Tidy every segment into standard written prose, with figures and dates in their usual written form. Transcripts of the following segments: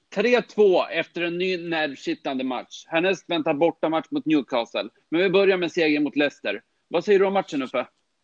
3-2 efter en ny nervkittande match. Härnäst väntar borta match mot Newcastle. Men vi börjar med seger mot Leicester. Vad säger du om matchen, Uffe?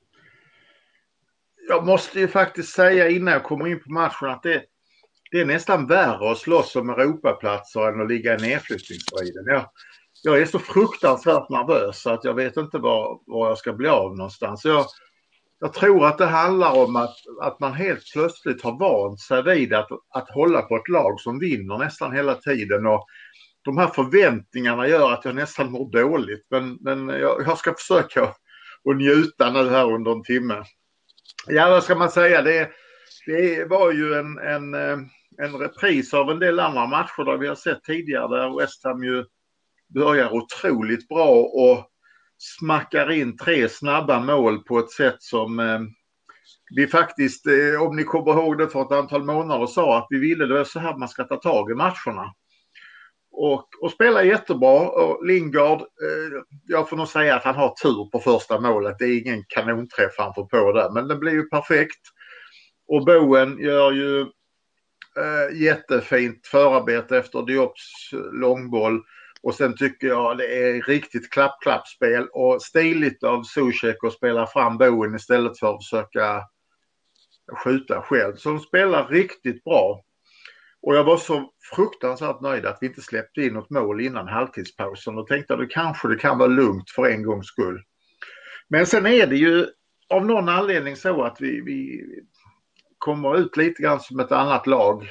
Jag måste ju faktiskt säga innan jag kommer in på matchen att det är nästan värre att slåss om Europaplatser än att ligga i nedflyttningsstriden. Jag är så fruktansvärt nervös att jag vet inte var jag ska bli av någonstans. Jag tror att det handlar om att man helt plötsligt har vant sig vid att hålla på ett lag som vinner nästan hela tiden. Och de här förväntningarna gör att jag nästan mår dåligt. Men jag ska försöka att njuta nu här under en timme. Ja, vad ska man säga? Det var ju en repris av en del andra matcher där vi har sett tidigare där West Ham ju börjar otroligt bra och smackar in 3 snabba mål på ett sätt som vi faktiskt, om ni kommer ihåg det för ett antal månader, sa att vi ville det så här man ska ta tag i matcherna. Och spela jättebra. Och Lingard, jag får nog säga att han har tur på första målet. Det är ingen kanonträff han får på där, men det blir ju perfekt. Och Bowen gör ju jättefint förarbete efter Diops långboll. Och sen tycker jag det är riktigt klappspel och stiligt av Soucek att spela fram Bowen istället för att försöka skjuta själv. Så de spelar riktigt bra. Och jag var så fruktansvärt nöjd att vi inte släppte in något mål innan halvtidspausen. Och tänkte att det kan vara lugnt för en gångs skull. Men sen är det ju av någon anledning så att vi kommer ut lite grann som ett annat lag.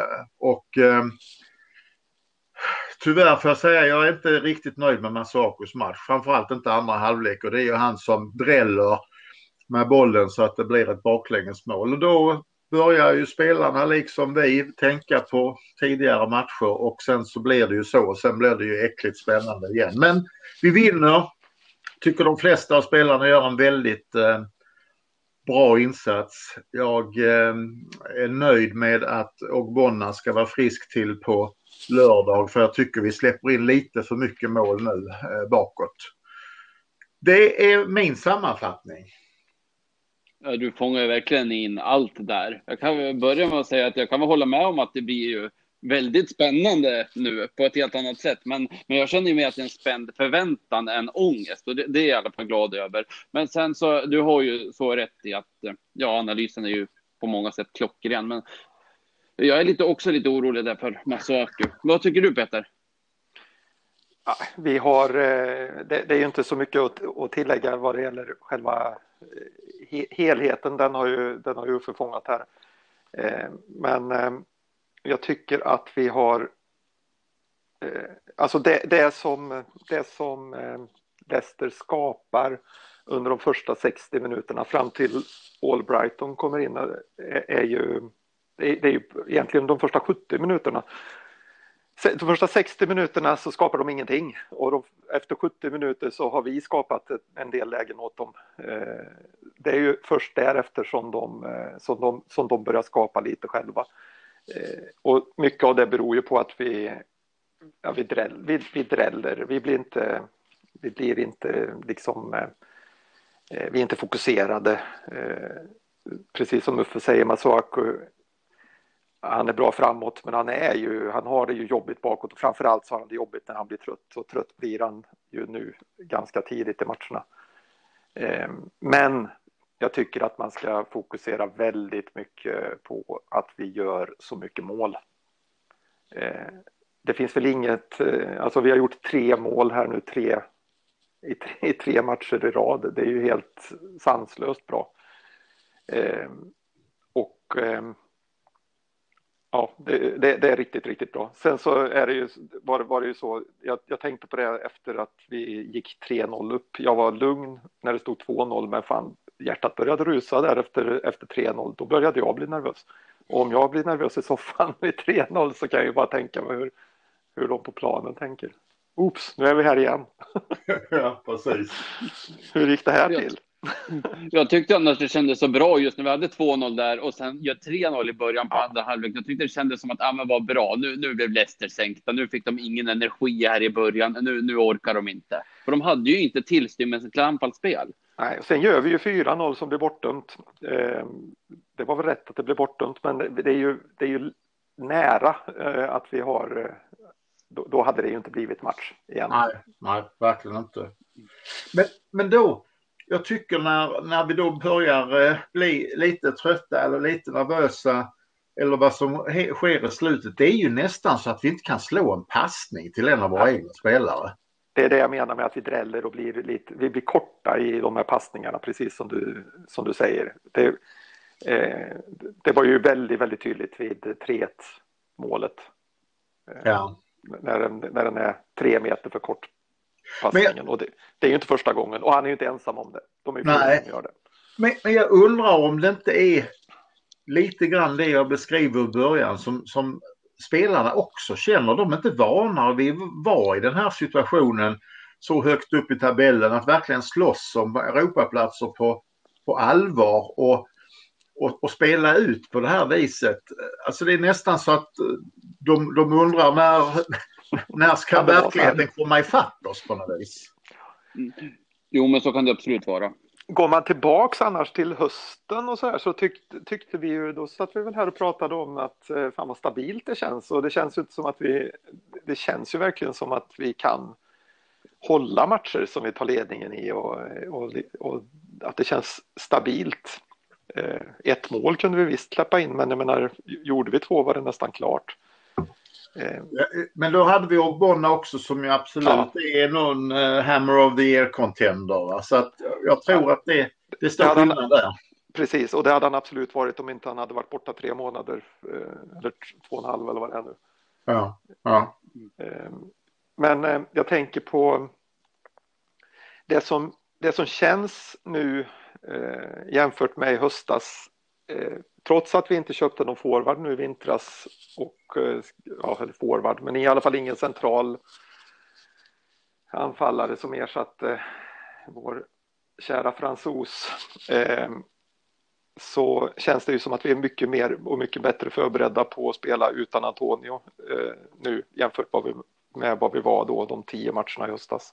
Tyvärr får jag säga, jag är inte riktigt nöjd med Masakos match. Framförallt inte andra halvlek. Och det är ju han som dräller med bollen så att det blir ett baklängesmål. Och då börjar ju spelarna liksom vi tänka på tidigare matcher. Och sen så blir det ju så. Sen blir det ju äckligt spännande igen. Men vi vinner. Tycker de flesta av spelarna gör en väldigt bra insats. Jag är nöjd med att Ogbonna ska vara frisk till på lördag, för jag tycker vi släpper in lite för mycket mål nu bakåt. Det är min sammanfattning. Ja, du fångar ju verkligen in allt där. Jag kan börja med att säga att jag kan hålla med om att det blir ju väldigt spännande nu på ett helt annat sätt. Men jag känner ju mer att det är en spänd förväntan än ångest. Och det är jag i alla fall glad över. Men sen så, du har ju så rätt i att analysen är ju på många sätt klockren. Men jag är också lite orolig där för Masuaku. Vad tycker du, Peter? Ja, vi har, det är ju inte så mycket att tillägga vad det gäller själva helheten. Den har ju förfångat här. Men jag tycker att vi har alltså det som Leicester skapar under de första 60 minuterna fram till Albrighton kommer in är ju egentligen de första 70 minuterna. De första 60 minuterna så skapar de ingenting, och efter 70 minuter så har vi skapat en del lägen åt dem. Det är ju först därefter som de börjar skapa lite själva. Och mycket av det beror ju på att vi dräller. Vi blir inte liksom, vi är inte fokuserade. Precis som Uffe säger, Masuaku, han är bra framåt, men han har det ju jobbigt bakåt, och framförallt så har han det jobbigt när han blir trött, och trött blir han ju nu ganska tidigt i matcherna. Men jag tycker att man ska fokusera väldigt mycket på att vi gör så mycket mål. Det finns väl inget, alltså vi har gjort 3 mål här nu, i 3 matcher i rad. Det är ju helt sanslöst bra. Ja, det är riktigt, riktigt bra. Sen så är det ju, var det ju så, jag tänkte på det efter att vi gick 3-0 upp. Jag var lugn när det stod 2-0, men fan, hjärtat började rusa där efter 3-0. Då började jag bli nervös. Och om jag blir nervös i soffan vid 3-0 så kan jag ju bara tänka mig hur de på planen tänker. Oops, nu är vi här igen. Ja, precis. Hur gick det här till? Jag tyckte annars det kändes så bra just när vi hade 2-0 där och sen gör 3-0 i början på andra halvlek. Jag tyckte det kändes som att men vad bra, nu blev Leicester sänkta, nu fick de ingen energi här i början, nu orkar de inte. För de hade ju inte tillstymmelse till anfallsspel. Nej, och sen gör vi ju 4-0 som blir bortdömt. Det var väl rätt att det blev bortdömt, men det är ju nära att vi har, då hade det ju inte blivit match igen. Nej, verkligen inte. Men då, jag tycker när vi då börjar bli lite trötta eller lite nervösa eller vad som sker i slutet, det är ju nästan så att vi inte kan slå en passning till en av våra egna spelare. Det är det jag menar med att vi dräller och vi blir korta i de här passningarna, precis som du säger. Det var ju väldigt, väldigt tydligt vid 3-1 målet. Ja. När den är 3 meter för kort, passningen. Och det är ju inte första gången, och han är ju inte ensam om det. De är ju flera som gör det. Men jag undrar om det inte är lite grann det jag beskriver i början som spelarna också känner. De är inte vana att vi var i den här situationen så högt upp i tabellen, att verkligen slåss om Europaplatser på allvar och spela ut på det här viset. Alltså det är nästan så att de undrar när ska verkligheten komma ifatt oss på något vis. Jo, men så kan det absolut vara. Går man tillbaks annars till hösten och så här, så tyckte vi ju, då satt vi väl här och pratade om att fan vad stabilt det känns, och det känns ju som att det känns ju verkligen som att vi kan hålla matcher som vi tar ledningen i och att det känns stabilt. 1 mål kunde vi visst släppa in, men jag menar, gjorde vi 2 var det nästan klart. Men då hade vi Ogbonna också, som ju absolut är någon Hammer of the Year contender. Så att jag tror att det står skillnad där. Precis, och det hade han absolut varit om inte han hade varit borta 3 månader eller 2,5 eller vad det är nu. Ja. Men jag tänker på det som känns nu jämfört med i höstas, trots att vi inte köpte någon forward nu i vintras, eller forward, men i alla fall ingen central anfallare som ersatte vår kära fransos, så känns det ju som att vi är mycket mer och mycket bättre förberedda på att spela utan Antonio nu jämfört med vad vi var då de 10 matcherna i höstas.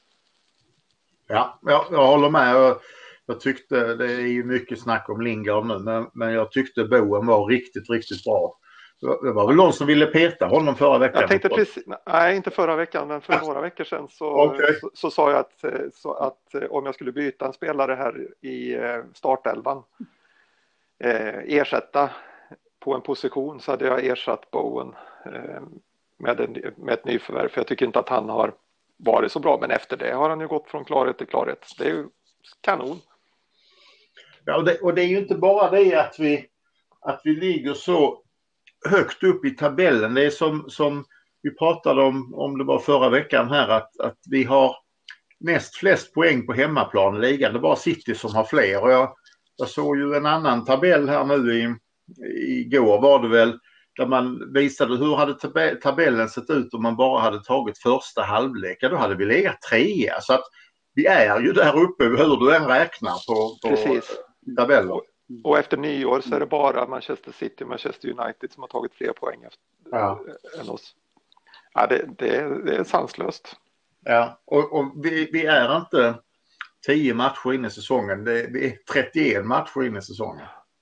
Ja, jag håller med. Jag tyckte, det är ju mycket snack om Lingard nu, men jag tyckte Boen var riktigt, riktigt bra. Det var väl någon som ville peta honom förra veckan? Jag tänkte precis, nej, inte förra veckan, men för några veckor sedan så sa jag att om jag skulle byta en spelare här i startelvan, ersätta på en position, så hade jag ersatt Bowen med ett nyförvärv, för jag tycker inte att han har varit så bra, men efter det har han ju gått från klarhet till klarhet. Det är ju kanon. Ja, och det är ju inte bara det att vi ligger så högt upp i tabellen. Det är som vi pratade om det var förra veckan här, att vi har näst flest poäng på hemmaplan i ligan. Det är bara City som har fler. Och jag såg ju en annan tabell här nu igår var det väl, där man visade hur hade tabellen sett ut om man bara hade tagit första halvlek. Då hade vi legat 3. Så att vi är ju där uppe hur du än räknar på tabellen. Och efter nyår så är det bara Manchester City och Manchester United som har tagit fler poäng än oss. Ja, det är sanslöst. Ja, och vi är inte 10 matcher in i säsongen. Vi är 31 matcher in i säsongen.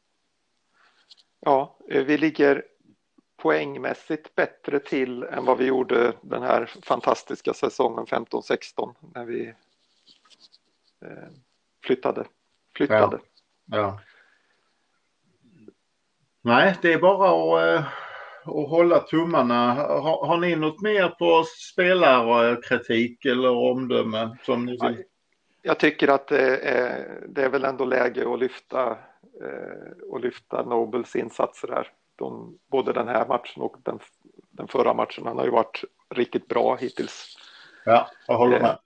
Ja, vi ligger poängmässigt bättre till än vad vi gjorde den här fantastiska säsongen 15-16 när vi flyttade. Ja. Nej, det är bara att hålla tummarna. Har ni något mer på spelarkritik eller omdöme som ni vill? Jag tycker att det är väl ändå läge att lyfta Nobles insatser här. Både den här matchen och den förra matchen. Han har ju varit riktigt bra hittills. Ja, jag håller med.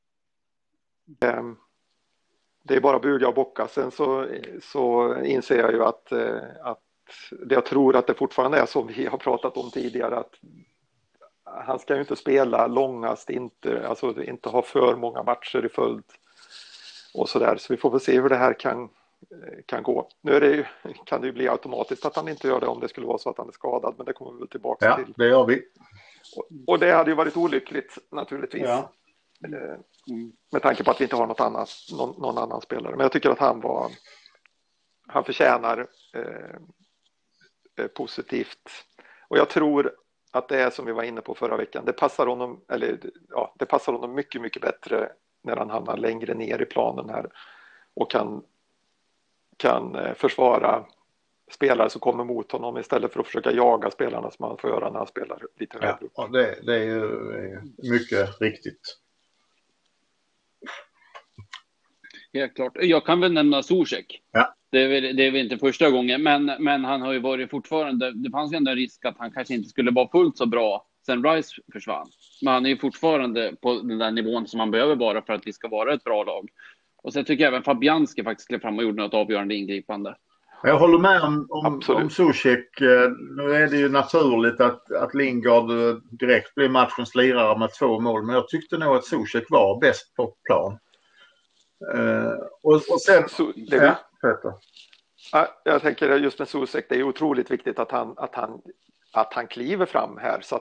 Det är bara buga och bocka. Sen så inser jag ju att jag tror att det fortfarande är som vi har pratat om tidigare, att han ska ju inte spela långa stinter, alltså inte ha för många matcher i följd och sådär. Så vi får väl se hur det här kan gå. Nu kan det ju bli automatiskt att han inte gör det om det skulle vara så att han är skadad, men det kommer vi väl tillbaka till. Ja, det gör vi. Och det hade ju varit olyckligt naturligtvis. Ja. Med tanke på att vi inte har någon annan spelare. Men jag tycker att han förtjänar positivt Och jag tror att det är som vi var inne på förra veckan. Det passar honom mycket, mycket bättre när han hamnar längre ner i planen här och kan försvara spelare som kommer mot honom istället för att försöka jaga spelarna som han får göra när han spelar lite högre upp. Ja, det är ju mycket riktigt. Helt klart. Jag kan väl nämna Zuzek. Ja. Det är väl inte första gången, men han har ju varit fortfarande, det fanns ju ändå en risk att han kanske inte skulle vara fullt så bra sen Rice försvann. Men han är ju fortfarande på den där nivån som han behöver vara för att vi ska vara ett bra lag. Och sen tycker jag även Fabianski faktiskt klev fram och gjorde något avgörande ingripande. Jag håller med om Zuzek. Nu är det ju naturligt att Lingard direkt blir matchens lirare med 2 mål. Men jag tyckte nog att Zuzek var bäst på plan. Och sen... Peter. Jag tänker just med Zuzek, det är otroligt viktigt att han kliver fram här så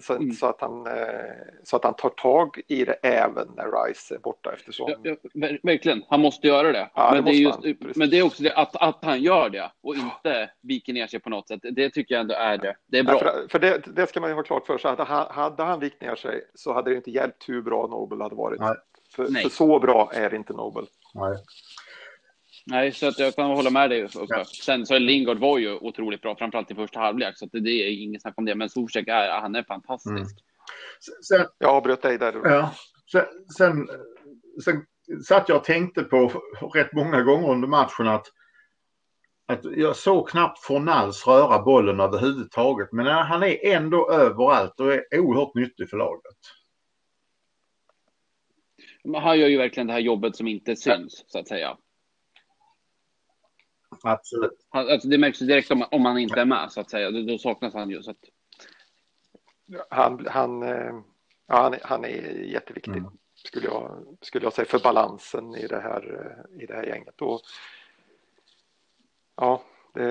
att han tar tag i det även när Rice är borta eftersom... Ja, verkligen, han måste göra det. Ja, men det är också det att han gör det och inte viker ner sig på något sätt. Det tycker jag ändå är det. Det är bra. Ja, för det ska man ju ha klart för sig. Hade han vikt ner sig så hade det inte hjälpt hur bra Noble hade varit. För så bra är inte Noble. Nej, så att jag kan hålla med dig. Ja. Sen så Lingard var ju otroligt bra, framförallt i första halvlek. Så att det är inget snack om det. Men Zuzek han är fantastisk. Sen, jag avbröt dig där. Ja, sen satt jag och tänkte på rätt många gånger under matchen att jag såg knappt Fornals röra bollen överhuvudtaget. Men han är ändå överallt och är oerhört nyttig för laget. Han gör ju verkligen det här jobbet som inte syns, så att säga. Absolut. Alltså det märks direkt om han inte är med, så att säga. Då saknas han ju. Så att... han är jätteviktig, skulle jag säga, för balansen i det här gänget. Och, ja,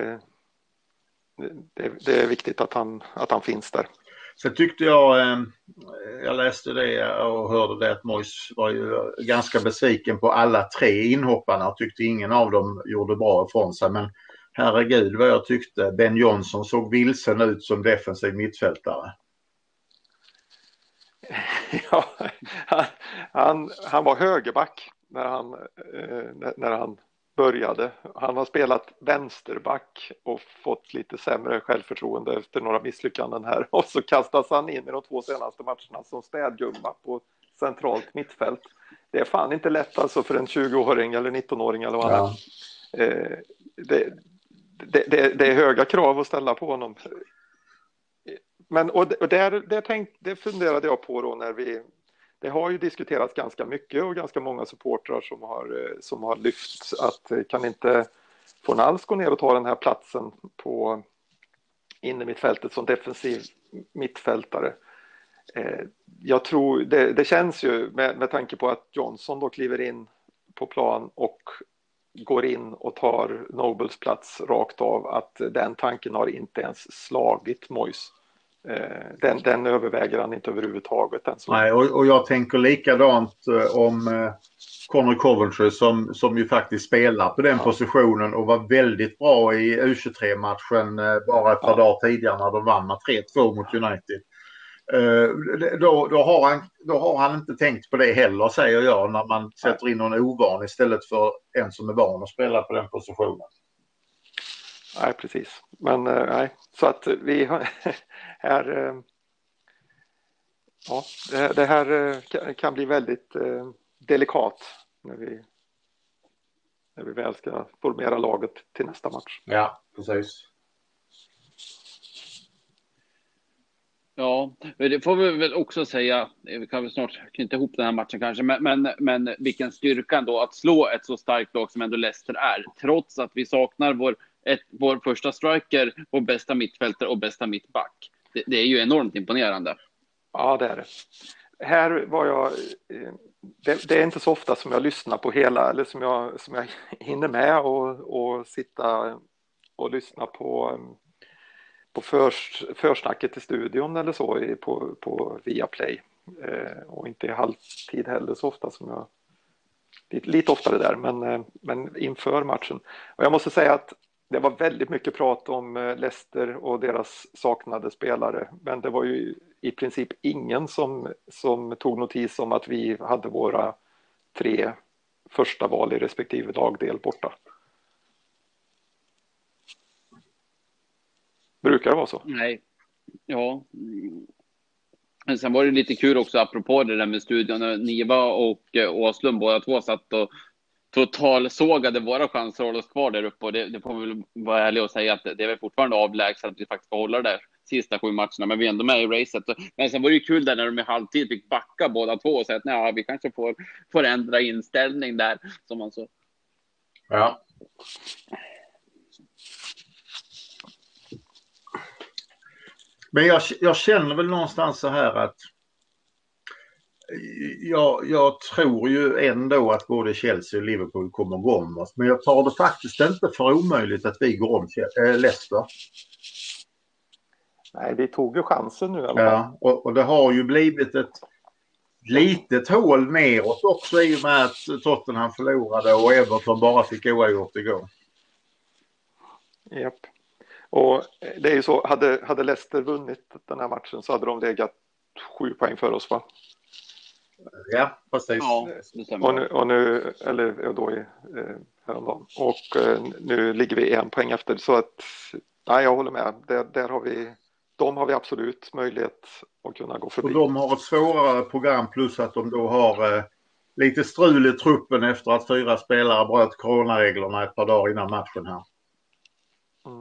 det är viktigt att han finns där. Så tyckte jag läste det och hörde det att Moyes var ju ganska besviken på alla 3 inhopparna och tyckte ingen av dem gjorde bra ifrån sig. Men herregud vad jag tyckte. Ben Johnson såg vilsen ut som defensiv mittfältare. Ja, han var högerback när han började. Han har spelat vänsterback och fått lite sämre självförtroende efter några misslyckanden här. Och så kastas han in i de 2 senaste matcherna som städgumma på centralt mittfält. Det är fan inte lätt alltså för en 20-åring eller 19-åring eller vad han är. Det är höga krav att ställa på honom. Men det funderade jag på då när det har ju diskuterats ganska mycket och ganska många supportrar som har lyft att kan inte Fornals gå ner och ta den här platsen på inne mittfältet som defensiv mittfältare. Jag tror det känns ju med tanke på att Johnson då kliver in på plan och går in och tar Nobles plats rakt av, att den tanken har inte ens slagit Moyes. Den överväger han inte överhuvudtaget. Nej, och jag tänker likadant om Conor Coventry som ju faktiskt spelar på den positionen och var väldigt bra i U23-matchen bara ett par dagar tidigare när de vann med 3-2 mot United. Då har han inte tänkt på det heller, säger jag, när man sätter in någon ovan istället för en som är van att spela på den positionen. Nej, precis. Men nej, så att vi har här det här kan bli väldigt delikat när vi väl ska formera laget till nästa match. Ja, precis. Ja, det får vi väl också säga. Vi kan väl snart knyta ihop den här matchen kanske. Men vilken styrka ändå att slå ett så starkt lag som ändå Leicester är. Trots att vi saknar vår första striker, vår bästa mittfältare och bästa mittback. Det är ju enormt imponerande. Ja, det är det. Här var jag... Det är inte så ofta som jag lyssnar på hela, eller som jag hinner med och sitta och lyssna på försnacket i studion eller så på Viaplay. Och inte i halvtid heller så ofta som jag... Lite oftare där, men inför matchen. Och jag måste säga att det var väldigt mycket prat om Leicester och deras saknade spelare. Men det var ju i princip ingen som tog notis om att vi hade våra 3 första val i respektive lagdel borta. Brukar det vara så? Nej. Ja. Men sen var det lite kul också apropå det där med studion. När Niva och Åslund båda två satt och totalsågade våra chanser att hålla oss kvar där uppe. Och det får vi väl vara ärlig och säga att det är väl fortfarande avlägset att vi faktiskt ska hålla det där sista 7 matcherna. Men vi är ändå med i racet. Men sen var det ju kul där när de i halvtid fick backa båda två och säga att nej, vi kanske får ändra inställning där. Som man så. Ja. Men jag känner väl någonstans så här att jag tror ju ändå att både Chelsea och Liverpool kommer gå om oss. Men jag tar det faktiskt inte för omöjligt att vi går om Leicester. Nej, vi tog ju chansen nu i alla fall. Ja, och det har ju blivit ett litet hål neråt också i och med att Tottenham förlorade och Everton bara fick oavgjort igår. Japp. Och det är ju så, hade Leicester vunnit den här matchen så hade de legat 7 poäng för oss, va? Ja, precis. Ja, det stämmer. Och nu eller då häromdagen. Och nu ligger vi 1 poäng efter. Så att, nej, jag håller med. Där har vi, de har vi absolut möjlighet att kunna gå förbi. Och de har ett svårare program plus att de då har lite strul i truppen efter att 4 spelare bröt coronareglerna ett par dagar innan matchen här. Mm.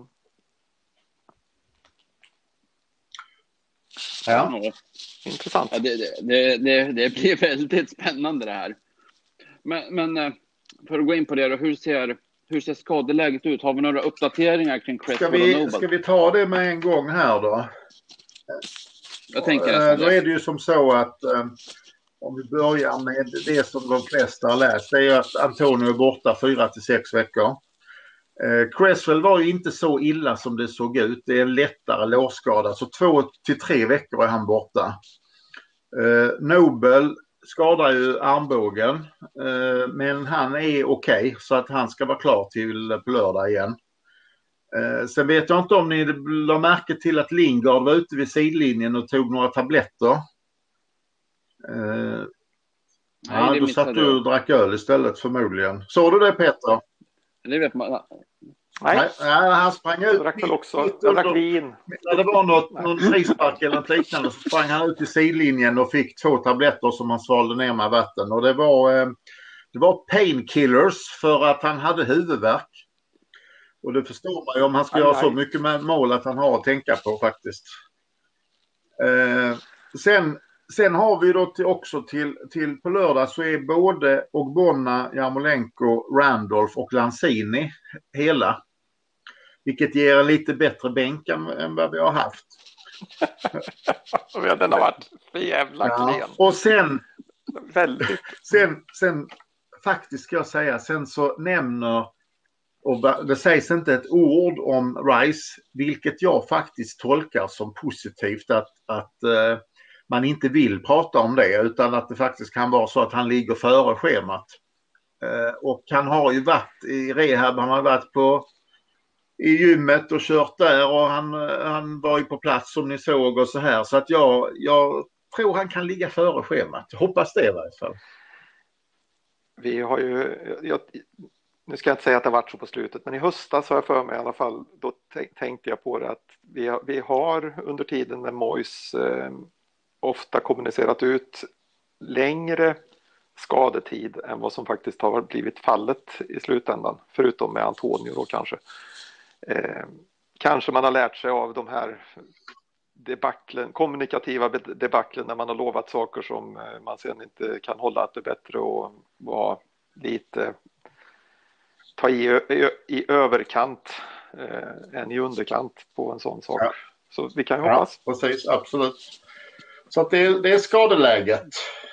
Ja. Intressant. Ja, det blir väldigt spännande det här. Men för att gå in på det då, hur ser skadeläget ut? Har vi några uppdateringar kring Cresswell och Noble? Ska vi ta det med en gång här då? Jag tänker då är det ju som så att om vi börjar med det som de flesta har läst, det är ju att Antonio är borta 4 till 6 veckor. Cresswell var ju inte så illa som det såg ut. Det är en lättare lårskada. Så 2 till 3 veckor är han borta. Noble skadar ju armbågen. Men han är okej, så att han ska vara klar till på lördag igen. Sen vet jag inte om ni la märke till att Lingard var ute vid sidlinjen och tog några tabletter. Nej, då satt du och drack öl istället förmodligen. Såg du det, Peter? Det vet man. Nej, han sprang ut. Jag drack väl också. Jag drack vin. När det var någon frispark eller något liknande så sprang han ut i sidlinjen och fick 2 tabletter som han svalde ner med vatten. Och det var painkillers för att han hade huvudvärk. Och det förstår man ju om han ska göra så mycket med mål att han har att tänka på faktiskt. Sen har vi då också till på lördag så är både Ogbonna, Jarmolenko, Randolph och Lanzini hela. Vilket ger en lite bättre bänk än vad vi har haft. Den har varit för jävla klen. Och sen väldigt. Sen faktiskt ska jag säga, sen så nämner, och det sägs inte ett ord om Rice, vilket jag faktiskt tolkar som positivt att man inte vill prata om det, utan att det faktiskt kan vara så att han ligger före schemat. Och han har ju varit i rehab, han har varit i gymmet och kört där och han var ju på plats som ni såg och så här. Så att jag tror han kan ligga före schemat. Jag hoppas det i varje fall. Vi har ju, nu ska jag inte säga att det har varit så på slutet, men i höstas har jag för mig i alla fall, då tänkte jag på det att vi har under tiden med Moyes ofta kommunicerat ut längre skadetid än vad som faktiskt har blivit fallet i slutändan, förutom med Antonio då kanske. Kanske man har lärt sig av de här kommunikativa debaclen när man har lovat saker som man sen inte kan hålla, att det är bättre att vara lite ta i överkant än i underkant på en sån sak. Ja. Så vi kan ju hoppas. Ja, precis, absolut. Så att det är skadeläget.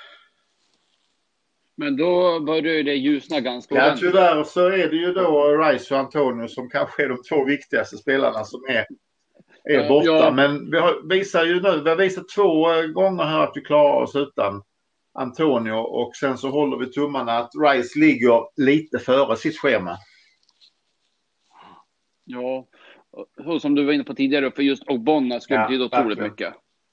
Men då börjar det ljusna ganska ordentligt. Ja, tyvärr så är det ju då Rice och Antonio som kanske är de 2 viktigaste spelarna som är borta. Ja. Men vi har visat 2 gånger här att vi klarar oss utan Antonio, och sen så håller vi tummarna att Rice ligger lite före sitt schema. Ja, och som du var inne på tidigare, för just Ogbonna skulle betyda otroligt verkligen. mycket.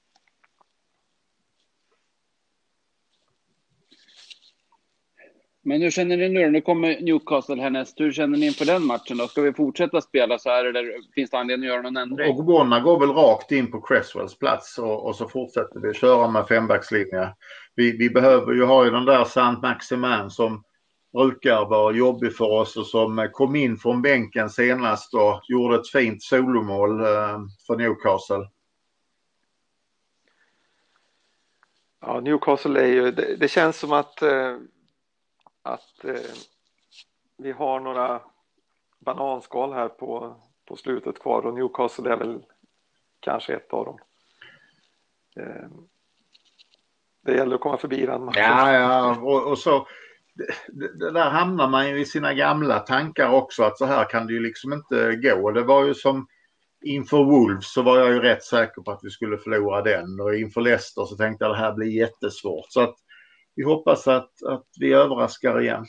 Men hur känner ni nu? Nu kommer Newcastle härnäst. Hur känner ni inför den matchen då? Ska vi fortsätta spela så här eller finns det anledning att göra någon ändring? Ogbonna går väl rakt in på Cresswells plats och så fortsätter vi köra med fembackslinjer. Vi behöver ju ha ju den där Saint-Maximin som brukar vara jobbig för oss och som kom in från bänken senast och gjorde ett fint solomål för Newcastle. Ja, Newcastle är ju, det känns som att vi har några bananskal här på slutet kvar och Newcastle är väl kanske ett av dem. Det gäller att komma förbi den matchen. Ja, och så det där hamnar man ju i sina gamla tankar också att så här kan det ju liksom inte gå. Det var ju som inför Wolves så var jag ju rätt säker på att vi skulle förlora den och inför Leicester så tänkte jag att det här blir jättesvårt. Så att vi hoppas att vi överraskar igen.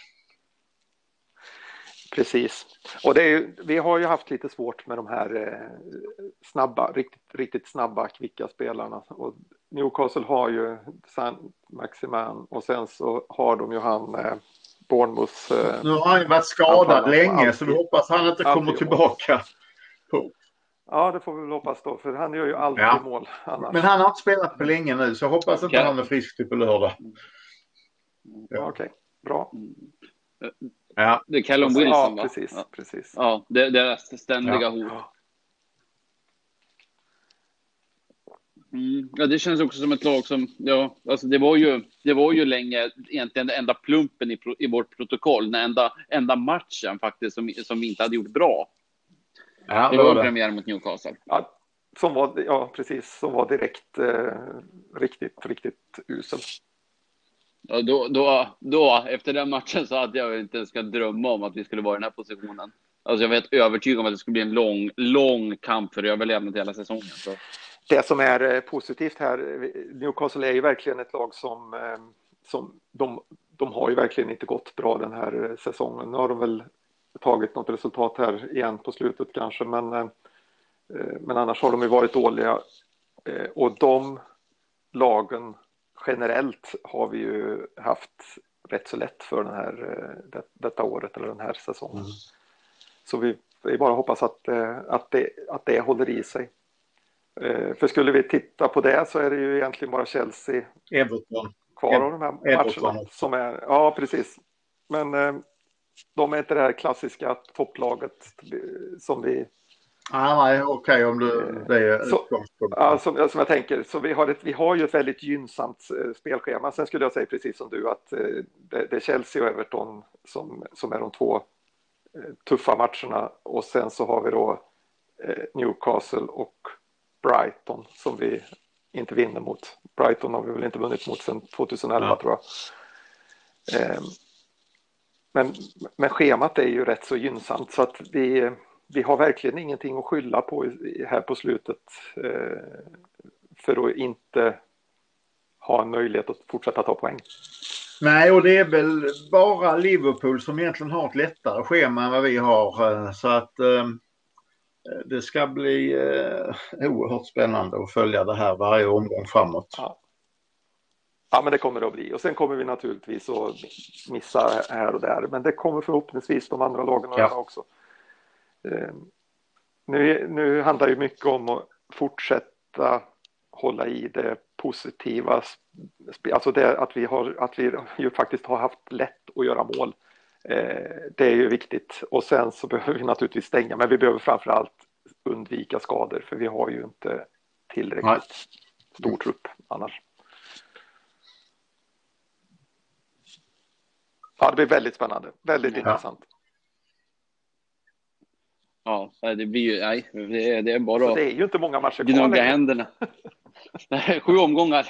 Precis. Och vi har ju haft lite svårt med de här snabba, riktigt snabba, kvicka spelarna. Och Newcastle har ju Saint-Maximin och sen så har de ju han Bournemouth. Nu har han ju varit skadad länge så vi hoppas han inte kommer tillbaka. Ja, det får vi väl hoppas då, för han gör ju alltid mål annars. Men han har inte spelat på länge nu så jag hoppas inte han är frisk till på lördag. Ja. Okej, bra. Ja. Det är Callum Wilson, va? Ja, precis. Ja, det är ständiga hot. Ja, det känns också som ett lag som, alltså det var ju länge egentligen den enda plumpen i vårt protokoll, den enda matchen faktiskt som vi inte hade gjort bra. Ja, det var premiär mot Newcastle. Ja, som var direkt riktigt usel. Ja, då efter den matchen så hade jag inte ens kunnat drömma om att vi skulle vara i den här positionen. Alltså jag var helt övertygad om att det skulle bli en lång kamp för överlevnad hela säsongen. Så. Det som är positivt här, Newcastle är ju verkligen ett lag som de har ju verkligen inte gått bra den här säsongen. Nu har de väl tagit något resultat här igen på slutet kanske, men annars har de ju varit dåliga. Och de lagen generellt har vi ju haft rätt så lätt för detta året eller den här säsongen. Så vi bara hoppas att det håller i sig. För skulle vi titta på det så är det ju egentligen bara Chelsea Everton kvar av de här matcherna som är, ja precis. Men de är inte det här klassiska topplaget som vi... Nej, okej, om det är utgångspunkt. Ja, som jag tänker, så vi har ju ett väldigt gynnsamt spelschema. Sen skulle jag säga precis som du att det är Chelsea och Everton som är de två tuffa matcherna. Och sen så har vi då Newcastle och Brighton som vi inte vinner mot. Brighton har vi väl inte vunnit mot sedan 2011 tror jag. Men schemat är ju rätt så gynnsamt så att vi har verkligen ingenting att skylla på här på slutet för att inte ha en möjlighet att fortsätta ta poäng. Nej, och det är väl bara Liverpool som egentligen har ett lättare schema än vad vi har. Så att det ska bli oerhört spännande att följa det här varje omgång framåt. Ja, men det kommer det att bli. Och sen kommer vi naturligtvis att missa här och där. Men det kommer förhoppningsvis de andra lagen att göra också. Nu handlar det mycket om att fortsätta hålla i det positiva. Alltså det att vi ju faktiskt har haft lätt att göra mål. Det är ju viktigt. Och sen så behöver vi naturligtvis stänga. Men vi behöver framförallt undvika skador. För vi har ju inte tillräckligt stor trupp annars. Ja, det blir väldigt spännande. Väldigt intressant. Ja, det blir ju, det är bara så det är ju inte många matcher kvar gnugga händerna. 7 omgångar.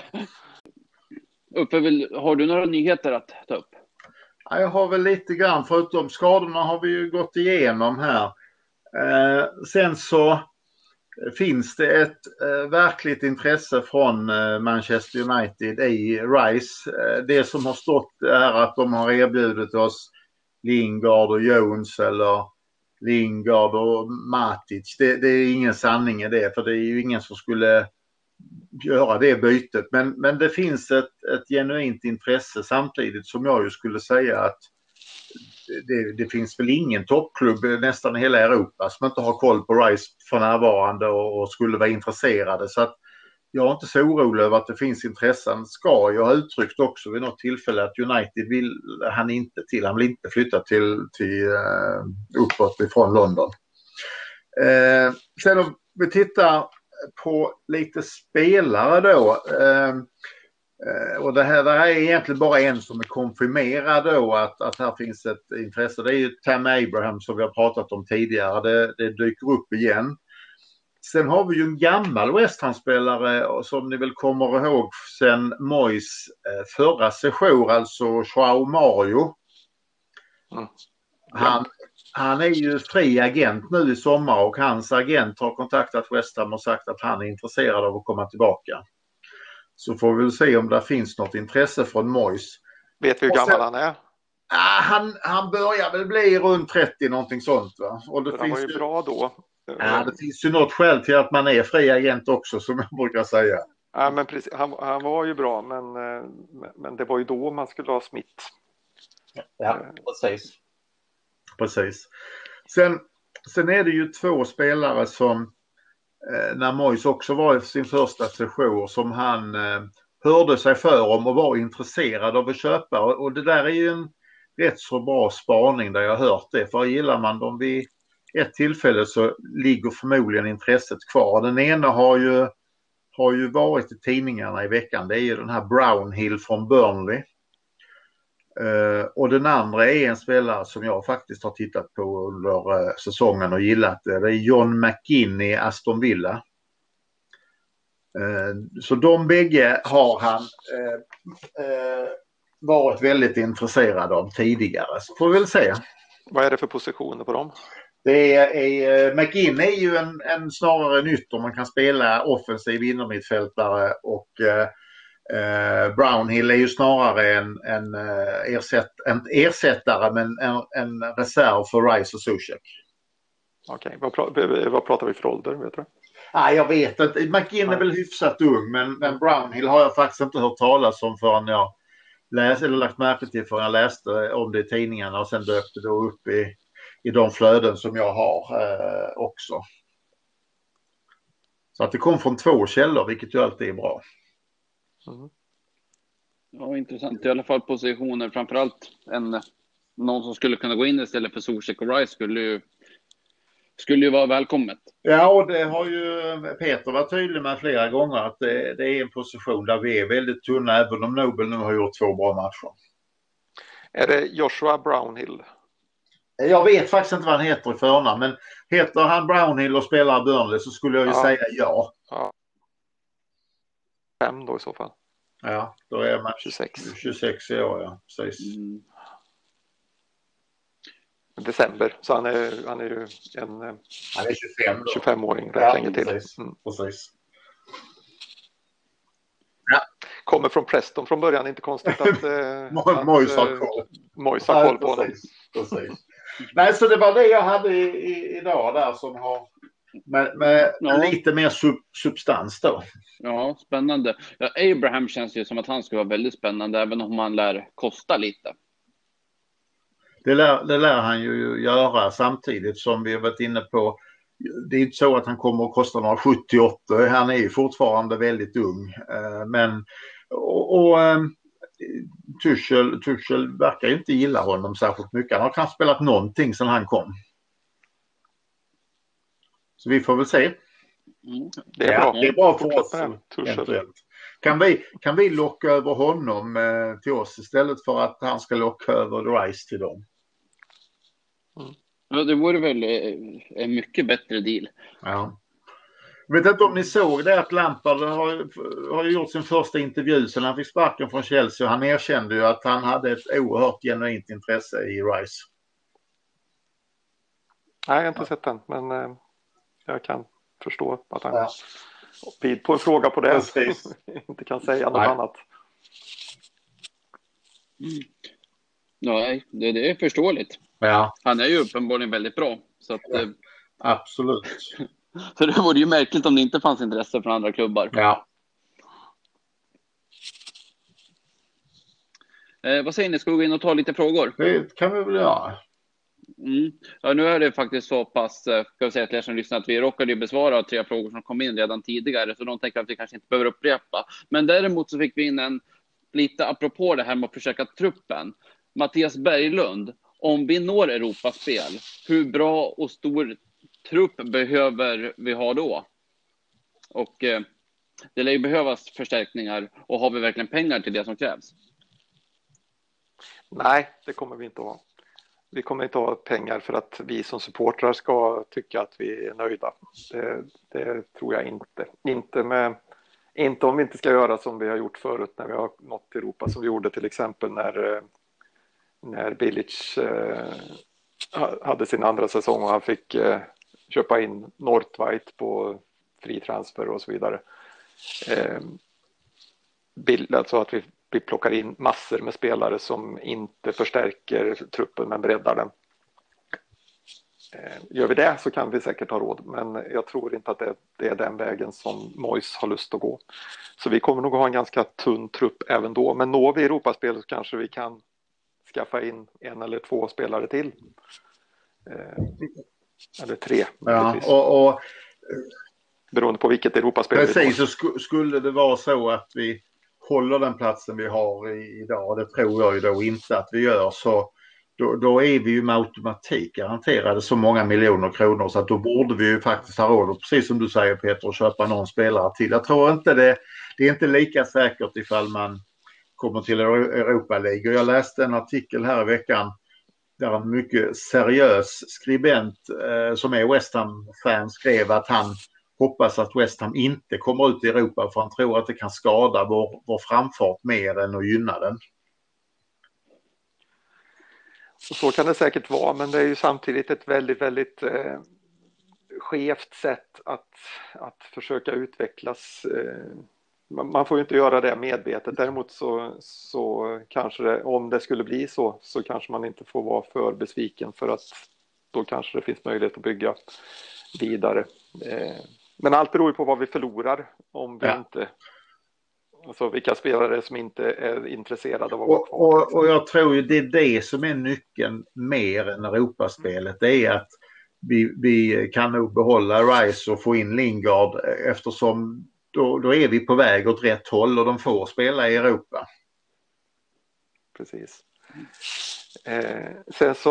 Har du några nyheter att ta upp? Ja, jag har väl lite grann, förutom skadorna har vi ju gått igenom här. Sen så finns det ett verkligt intresse från Manchester United i Rice. Det som har stått är att de har erbjudit oss Lingard och Jones eller Lingard och Matic. Det är ingen sanning i det, för det är ju ingen som skulle göra det bytet. Men det finns ett genuint intresse, samtidigt som jag ju skulle säga att det finns väl ingen toppklubb nästan i hela Europa som inte har koll på Rice för närvarande och skulle vara intresserade. Så att jag är inte så orolig över att det finns intressen. Ska jag ha uttryckt också vid något tillfälle att United vill han inte till. Han vill inte flytta till uppåt ifrån London. Sen om vi tittar på lite spelare då. Och det här är egentligen bara en som är konfirmerad då att här finns ett intresse. Det är ju Tam Abraham som vi har pratat om tidigare. Det dyker upp igen. Sen har vi ju en gammal West Ham-spelare som ni väl kommer ihåg sen Moyes förra session, alltså João Mario. Han är ju fri agent nu i sommar och hans agent har kontaktat West Ham och sagt att han är intresserad av att komma tillbaka. Så får vi väl se om det finns något intresse från Moyes. Vet vi hur gammal han är? Han börjar väl bli runt 30 någonting sånt, va? Och det han var ju bra då. Ja, det finns ju något skäl till att man är fri agent också, som jag brukar säga. Ja, men precis, han var ju bra, men det var ju då man skulle ha Smith. Ja, precis. Sen är det ju två spelare som när Moyes också var i sin första session som han hörde sig för om och var intresserad av att köpa. Och det där är ju en rätt så bra spaning där jag har hört det. För gillar man dem vid ett tillfälle så ligger förmodligen intresset kvar. Den ena har ju varit i tidningarna i veckan. Det är ju den här Brownhill från Burnley. Och den andra är en spelare som jag faktiskt har tittat på under säsongen och gillat. Det är John McGinn i Aston Villa. Så de bägge har han varit väldigt intresserad av tidigare. Så får vi väl se. Vad är det för positioner på dem? McGinn är ju en snarare en ytter. Man kan spela offensiv innermittfältare och Brownhill är ju snarare en ersättare men en reserv för Rice och Soucek. Okej, vad pratar vi för ålder, vet du? Nej, jag vet inte. McGinn är väl hyfsat ung, men Brownhill har jag faktiskt inte hört talas om förrän jag lagt märke till förrän jag läste om det i tidningarna och sen dök det då upp i de flöden som jag har också. Så att det kom från två källor, vilket ju alltid är bra. Mm. Ja, intressant. I alla fall positioner. Framförallt någon som skulle kunna gå in istället för Soucek och Rice skulle ju vara välkommet. Ja, och det har ju Peter varit tydlig med flera gånger att det är en position där vi är väldigt tunna, även om Noble nu har gjort 2 bra matcher. Är det Joshua Brownhill? Jag vet faktiskt inte vad han heter i förnamn, men heter han Brownhill och spelar i Burnley så skulle jag ju säga ja. 5 då i så fall. Ja, då är man 26 i år, ja. Precis. December, så han är ju han är 25-åring rätt länge till. Precis. Ja. Kommer från Preston från början, inte konstigt att Moyes har koll på honom. Precis. Nej, så det var det jag hade idag där som har med lite mer substans då. Ja, spännande. Ja, Abraham känns ju som att han ska vara väldigt spännande även om han lär kosta lite. Det lär han ju göra samtidigt som vi har varit inne på. Det är inte så att han kommer att kosta några 78. Han är ju fortfarande väldigt ung. Men Tuchel verkar ju inte gilla honom särskilt mycket. Han har kanske spelat någonting sedan han kom. Så vi får väl se. Det är bra för oss. Kan vi locka över honom till oss istället för att han ska locka över Rice till dem? Ja, det vore väl en mycket bättre deal. Ja. Jag vet inte om ni såg det att Lampard har gjort sin första intervju sedan han fick sparken från Chelsea. Han erkände ju att han hade ett oerhört genuint intresse i Rice. Nej, jag har inte sett den, men jag kan förstå att han vid på en fråga på det inte kan säga något annat. Nej, det är förståeligt. Ja. Han är ju uppenbarligen väldigt bra. Så, att, absolut. Så det vore ju märkligt om det inte fanns intresse från andra klubbar. Ja. Vad säger ni? Ska vi gå in och ta lite frågor? Det kan vi väl göra. Ja, nu är det faktiskt så pass, ska jag säga till er som lyssnar, att vi råkade ju besvara 3 frågor som kom in redan tidigare, så de tänker att vi kanske inte behöver upprepa. Men däremot så fick vi in en lite apropå det här med att försöka truppen. Mattias Berglund, om vi når Europaspel, hur bra och stor trupp behöver vi ha då? Och det lär ju behövas förstärkningar, och har vi verkligen pengar till det som krävs? Nej, det kommer vi inte att ha. Vi kommer inte att ha pengar för att vi som supportrar ska tycka att vi är nöjda. Det tror jag inte. Inte om vi inte ska göra som vi har gjort förut när vi har nått Europa, som vi gjorde till exempel när Bilic hade sin andra säsong och han fick köpa in Northvite på fri transfer och så vidare. Alltså att vi plockar in massor med spelare som inte förstärker truppen men breddar den. Gör vi det så kan vi säkert ha råd, men jag tror inte att det är den vägen som Moyes har lust att gå. Så vi kommer nog ha en ganska tunn trupp även då, men når vi Europaspel så kanske vi kan skaffa in 1 eller 2 spelare till. Eller 3. Ja, och beroende på vilket Europaspel. Precis, så skulle det vara så att vi håller den platsen vi har idag, det tror jag ju då inte att vi gör, så då är vi ju med automatik garanterade så många miljoner kronor, så att då borde vi ju faktiskt ha råd, precis som du säger Peter, att köpa någon spelare till. Jag tror inte det är inte lika säkert ifall man kommer till Europa League. Och jag läste en artikel här i veckan där en mycket seriös skribent som är West Ham-fan skrev att han hoppas att West Ham inte kommer ut i Europa, för han tror att det kan skada vår framfart mer än att gynna den. Så kan det säkert vara, men det är ju samtidigt ett väldigt, väldigt skevt sätt att försöka utvecklas. Man får ju inte göra det medvetet. Däremot så kanske det, om det skulle bli så kanske man inte får vara för besviken, för att då kanske det finns möjlighet att bygga vidare. Men allt beror ju på vad vi förlorar om vi inte... Alltså vilka spelare som inte är intresserade av att vara kvar. Och jag tror ju det är det som är nyckeln mer än Europaspelet. Det är att vi kan nog behålla Rice och få in Lingard, eftersom då är vi på väg åt rätt håll och de får spela i Europa. Precis. Sen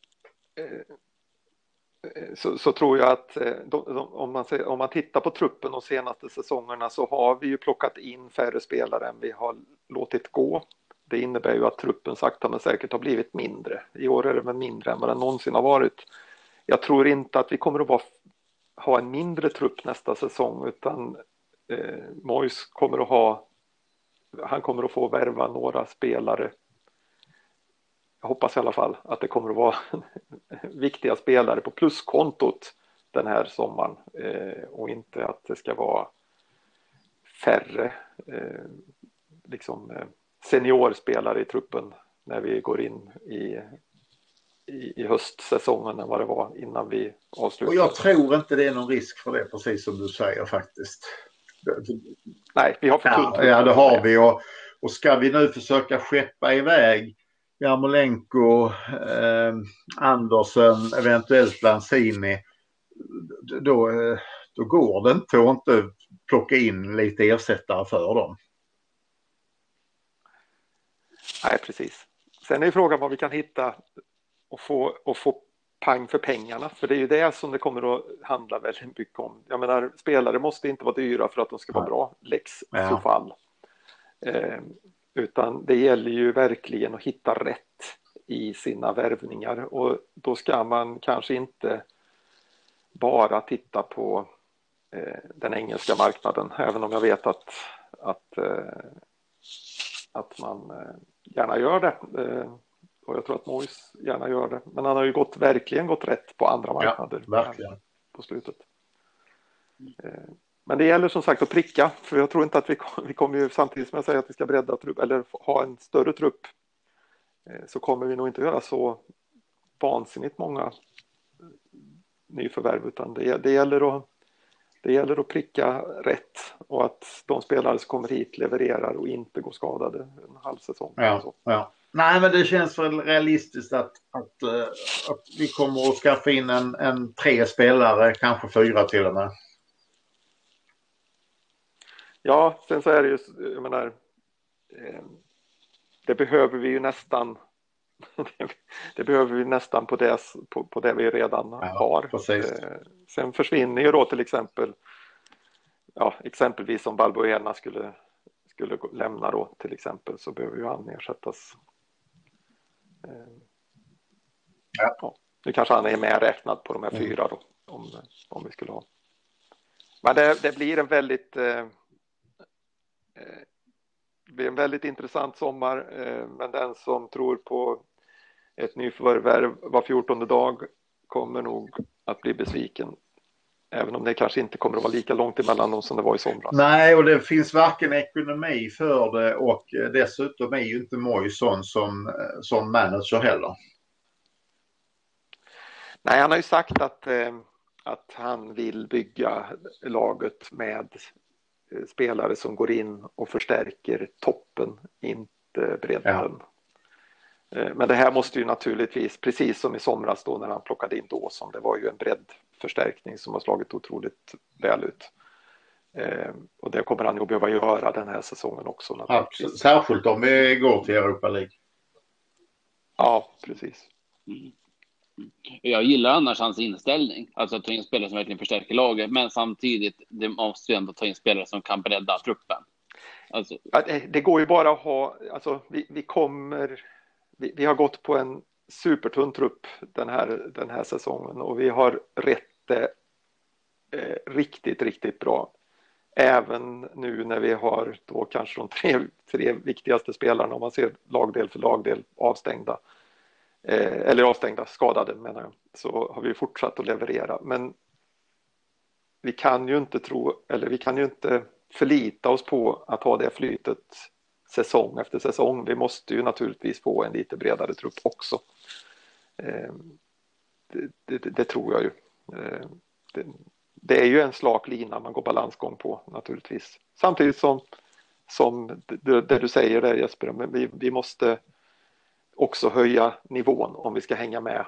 så tror jag att om man tittar på truppen de senaste säsongerna, så har vi ju plockat in färre spelare än vi har låtit gå. Det innebär ju att truppen sakta men säkert har blivit mindre. I år är det väl mindre än vad den någonsin har varit. Jag tror inte att vi kommer att ha en mindre trupp nästa säsong, utan Moyes kommer att få värva några spelare. Jag hoppas i alla fall att det kommer att vara viktiga spelare på pluskontot den här sommaren, och inte att det ska vara färre seniorspelare i truppen när vi går in i höstsäsongen än vad det var innan vi avslutade. Och jag tror inte det är någon risk för det, precis som du säger faktiskt. Nej, vi har för tunt. Ja, det har vi, och ska vi nu försöka skeppa iväg Jarmolenko, Andersen, eventuellt Lanzini, då går det inte att inte plocka in lite ersättare för dem. Nej, precis. Sen är frågan vad vi kan hitta och få pang för pengarna, för det är ju det som det kommer att handla väldigt mycket om. Jag menar, spelare måste inte vara dyra för att de ska vara bra, lex Sofall. Utan det gäller ju verkligen att hitta rätt i sina värvningar, och då ska man kanske inte bara titta på den engelska marknaden, även om jag vet att man gärna gör det, och jag tror att Moyes gärna gör det, men han har ju verkligen gått rätt på andra marknader på slutet. Men det gäller som sagt att pricka, för jag tror inte att vi kommer ju, samtidigt som jag säger att vi ska bredda trupp eller ha en större trupp, så kommer vi nog inte göra så vansinnigt många nyförvärv, utan det gäller att pricka rätt och att de spelare som kommer hit levererar och inte går skadade en halv säsong. Ja. Nej, men det känns väl realistiskt att vi kommer att skaffa in en 3 spelare, kanske 4 till och med. Ja, sen så är det ju, jag menar, det behöver vi ju nästan på det vi redan har. Sen försvinner ju då till exempel, exempelvis om Balbuena skulle lämna då till exempel, så behöver ju han ersättas. Nu kanske han är med räknad på de här 4 då, om vi skulle ha. Men det blir en väldigt intressant sommar, men den som tror på ett nyförvärv var 14:e dag kommer nog att bli besviken. Även om det kanske inte kommer att vara lika långt emellan dem som det var i somras. Nej, och det finns varken ekonomi för det, och dessutom är ju inte Moisson som manager heller. Nej, han har ju sagt att han vill bygga laget med spelare som går in och förstärker toppen, inte bredden. Men det här måste ju naturligtvis, precis som i somras då när han plockade in Dawson, det var ju en breddförstärkning som har slagit otroligt väl ut. Och det kommer han ju att behöva göra den här säsongen också. Absolut. Särskilt om vi går till Europa League. Ja, precis. Jag gillar annars hans inställning, alltså att ta in spelare som verkligen förstärker laget, men samtidigt det måste ju ändå ta in spelare som kan bredda truppen. Alltså. Det går ju bara att ha, alltså vi har gått på en supertunn trupp den här säsongen, och vi har rätt riktigt, riktigt bra. Även nu när vi har då kanske de tre viktigaste spelarna, om man ser lagdel för lagdel, avstängda. Eller avstängda, skadade menar jag, så har vi fortsatt att leverera. Men vi kan ju inte förlita oss på att ha det flytet säsong efter säsong. Vi måste ju naturligtvis få en lite bredare trupp också. Det tror jag ju. Det är ju en slak lina man går balansgång på naturligtvis. Samtidigt som det du säger där, Jesper, men vi måste också höja nivån om vi ska hänga med,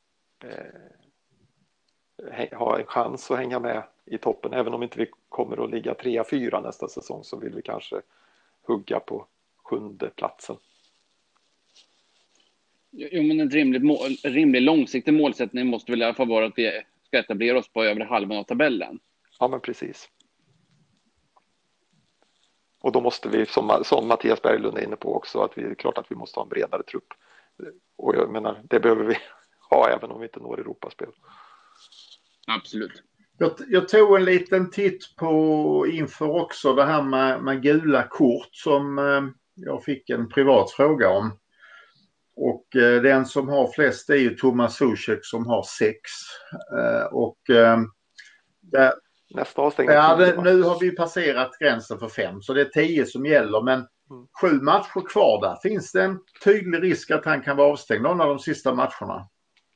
ha en chans att hänga med i toppen. Även om inte vi kommer att ligga 3-4 nästa säsong, så vill vi kanske hugga på 7:e platsen. Jo, men en rimlig långsiktig målsättning måste väl i alla fall vara att vi ska etablera oss på övre halvan av tabellen. Ja, men precis. Och då måste vi, som Mattias Berglund är inne på också, att vi klart att vi måste ha en bredare trupp. Och jag menar, det behöver vi ha även om vi inte når Europaspel. Absolut. Jag tog en liten titt på inför också det här med gula kort som jag fick en privat fråga om. Och den som har flest är ju Thomas Zuzek som har 6. Nästa avstängning. Nu har vi passerat gränsen för 5, så det är 10 som gäller, men 7 matcher kvar där. Finns det en tydlig risk att han kan vara avstängd någon av de sista matcherna?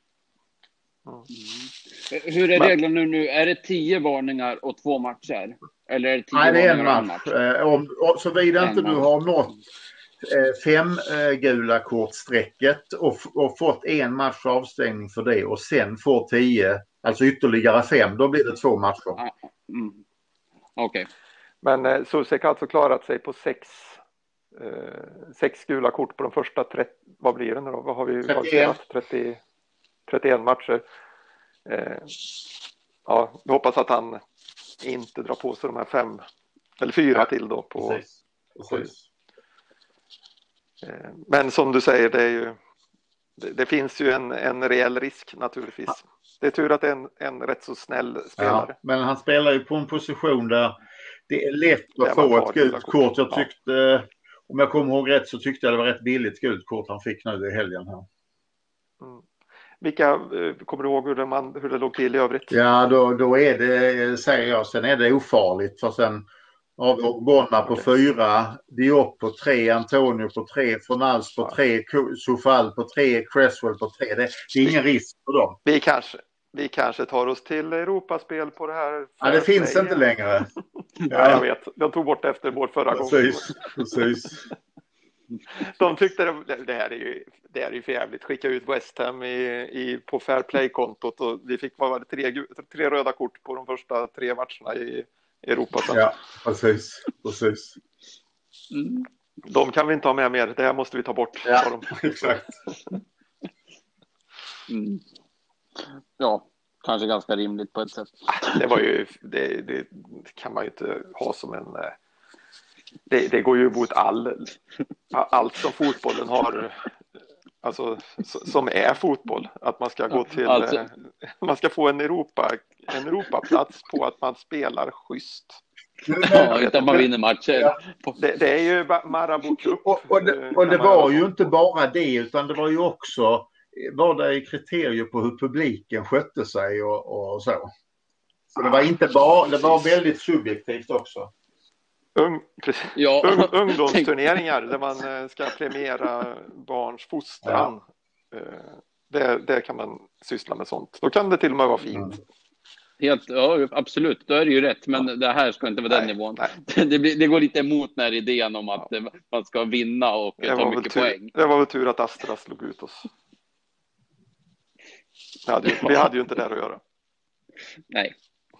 Hur är reglerna nu? Är det 10 varningar och 2 matcher? Eller är det 10 Nej, det är en match? Såvida inte du har nått 5 gula kortsträcket och fått en match avstängning för det, och sen får 10, alltså ytterligare 5, då blir det 2 matcher. Okej. Men Zuzek har alltså klarat sig på 6 gula kort på de första 30, vad blir det nu då? Vad har vi 31 matcher. Vi hoppas att han inte drar på sig de här 5 eller 4 till då på. Precis. Men som du säger, det finns ju en reell risk naturligtvis. Det är tur att det är en rätt så snäll spelare. Ja, men han spelar ju på en position där det är lätt att få ett gult kort. Jag tyckte, om jag kommer ihåg rätt, så tyckte jag det var rätt billigt gult kort han fick nu i helgen här. Vilka, kommer du ihåg hur det låg till i övrigt? Ja, då är det, säger jag, sen är det ofarligt, för sen har vi Bonna på 4, Diop på 3, Antonio på 3, Fornals på 3, Sofall på 3, Cresswell på 3. Det är ingen risk för dem. Vi kanske Vi kanske tar oss till Europaspel på det här. Ja, det finns inte längre. Ja, jag vet. De tog bort efter vår förra gång. Precis. De tyckte det här är ju för jävligt. Skicka ut West Ham på Fair Play-kontot och vi fick tre röda kort på de första 3 matcherna i Europa. Sen. Ja, precis. De kan vi inte ha med mer. Det här måste vi ta bort. Ja, exakt. Ja, kanske ganska rimligt på ett sätt. Det var ju, det kan man ju inte ha som en... Det går ju emot allt som fotbollen har, alltså som är fotboll. Att man ska gå till, man ska få en Europaplats på att man spelar schysst. Ja, utan man vinner matcher. Ja. Det är ju Marabou Cup. Och det var ju inte bara det, utan det var ju också det kriterier på hur publiken skötte sig och så. Så det var inte bara, det var väldigt subjektivt också. Ungdomsturneringar där man ska premiera barns fostran. Där kan man syssla med sånt. Då kan det till och med vara fint. Ja, absolut, då är det ju rätt, men det här ska inte vara den nivån. Det går lite emot den här idén om att man ska vinna och ta mycket poäng. Det var väl tur att Astra slog ut oss. Vi hade ju inte där att göra. Nej.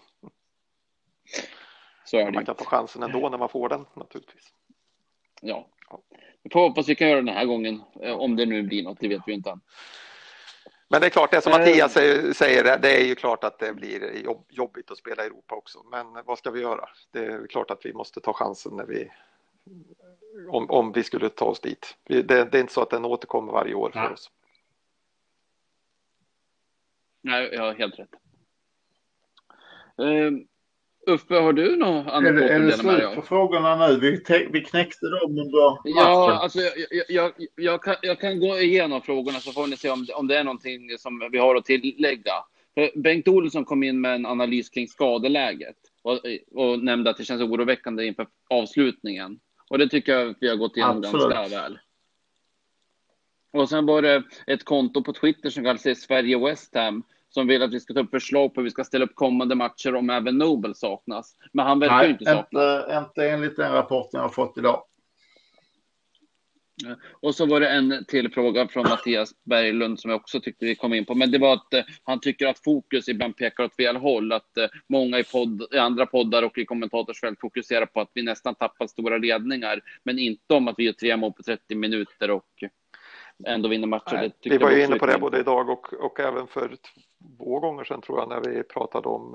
Så är det. Man kan ta chansen ändå när man får den, naturligtvis. Ja. Vi får hoppas vi kan göra den här gången. Om det nu blir något, det vet vi inte än. Men det är klart, det som Mattias säger, det är ju klart att det blir jobbigt att spela i Europa också. Men vad ska vi göra? Det är klart att vi måste ta chansen när om vi skulle ta oss dit. Det är inte så att den återkommer varje år för oss. Nej, jag har helt rätt. Uffe, har du något annat? Är det slut på frågorna nu? Vi knäckte dem under matchen. Ja, alltså jag kan gå igenom frågorna så får ni se om det är någonting som vi har att tillägga. För Bengt Olsson kom in med en analys kring skadeläget och nämnde att det känns oroväckande inför avslutningen. Och det tycker jag vi har gått igenom ganska väl. Och sen var det ett konto på Twitter som kallar sig Sverige West Ham som vill att vi ska ta upp förslag på hur vi ska ställa upp kommande matcher om även Nobel saknas. Men han verkar ju inte saknas. Inte enligt den rapporten jag har fått idag. Och så var det en till fråga från Mattias Berglund som jag också tyckte vi kom in på. Men det var att han tycker att fokus ibland pekar åt fel håll. Att många i andra poddar och i kommentatorsfält fokuserar på att vi nästan tappar stora ledningar. Men inte om att vi gör 3 mål på 30 minuter och ändå vinner matcher. Nej, vi var ju inne på det både idag och även för 2 gånger sedan tror jag när vi pratade om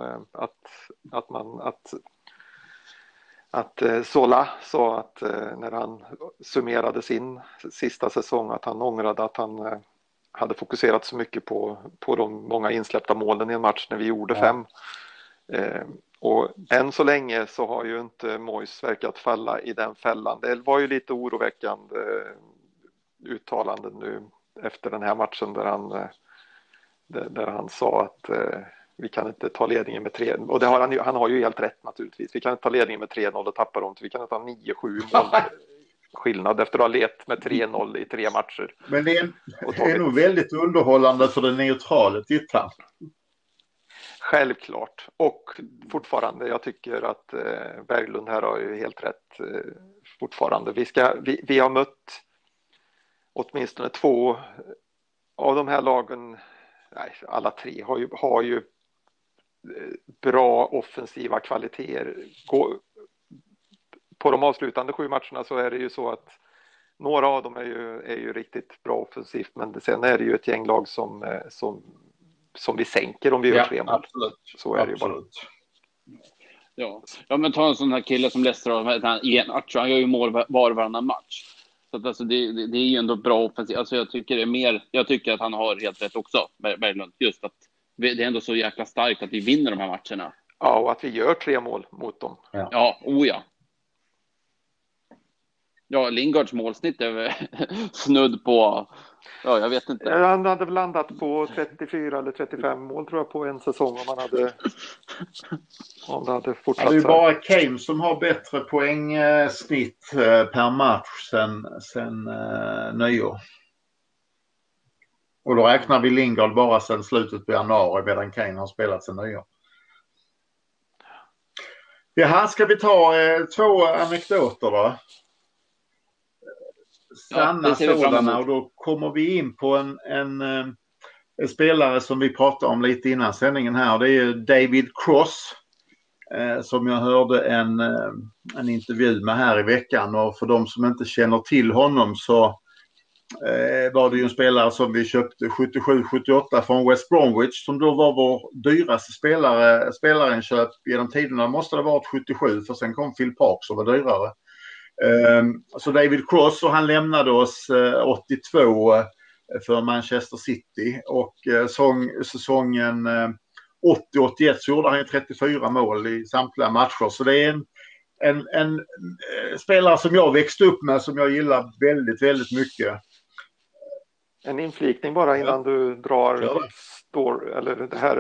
att Sola sa att när han summerade sin sista säsong att han ångrade att han hade fokuserat så mycket på de många insläppta målen i en match när vi gjorde 5. Och än så länge så har ju inte Moyes verkat falla i den fällan. Det var ju lite oroväckande uttalanden nu efter den här matchen där han sa att vi kan inte ta ledningen med 3 och det har han har ju helt rätt naturligtvis. Vi kan inte ta ledningen med 3-0 och tappa dem. Vi kan inte ha 9-7 mål skillnad efter att ha lett med 3-0 i 3 matcher. Men det är nog väldigt underhållande för den neutrala tittaren. Självklart. Och fortfarande, jag tycker att Berglund här har ju helt rätt fortfarande. Vi har mött åtminstone 2 av de här lagen, nej, alla 3 har ju bra offensiva kvaliteter. På de avslutande 7 matcherna så är det ju så att några av dem är ju riktigt bra offensivt, men sen är det ju ett gäng lag som vi sänker om vi gör 3 mål. Absolut. Så är det ju bara. Ja, men ta en sån här kille som Leicester, han gör ju mål var varannan match. Så att alltså det är ju ändå bra offensivt. Alltså jag tycker att han har helt rätt också, Berglund. Just att det är ändå så jäkla starkt att vi vinner de här matcherna. Ja, och att vi gör 3 mål mot dem. Ja. Ja, Lingards målsnitt är snudd på... Ja, jag vet inte. Han hade landat på 34 eller 35 mål tror jag på en säsong om det hade fortsatt. Det är bara Kane som har bättre poängsnitt per match sen nyår. Och då räknar vi Lingard bara sedan slutet på januari medan Kane har spelat sen nyår. Ja, här ska vi ta 2 anekdoter då. Sanna sådana, och då kommer vi in på en spelare som vi pratade om lite innan sändningen här. Det är David Cross som jag hörde en intervju med här i veckan, och för de som inte känner till honom så var det ju en spelare som vi köpte 77-78 från West Bromwich, som då var vår dyraste spelarinköp genom tiderna. Måste det ha varit 77, för sen kom Phil Parks som var dyrare. Så David Cross, och han lämnade oss 82 för Manchester City, och säsongen 80-81 så gjorde han 34 mål i samtliga matcher. Så det är en spelare som jag växte upp med, som jag gillar väldigt, väldigt mycket. En inflikning bara innan du drar eller det här.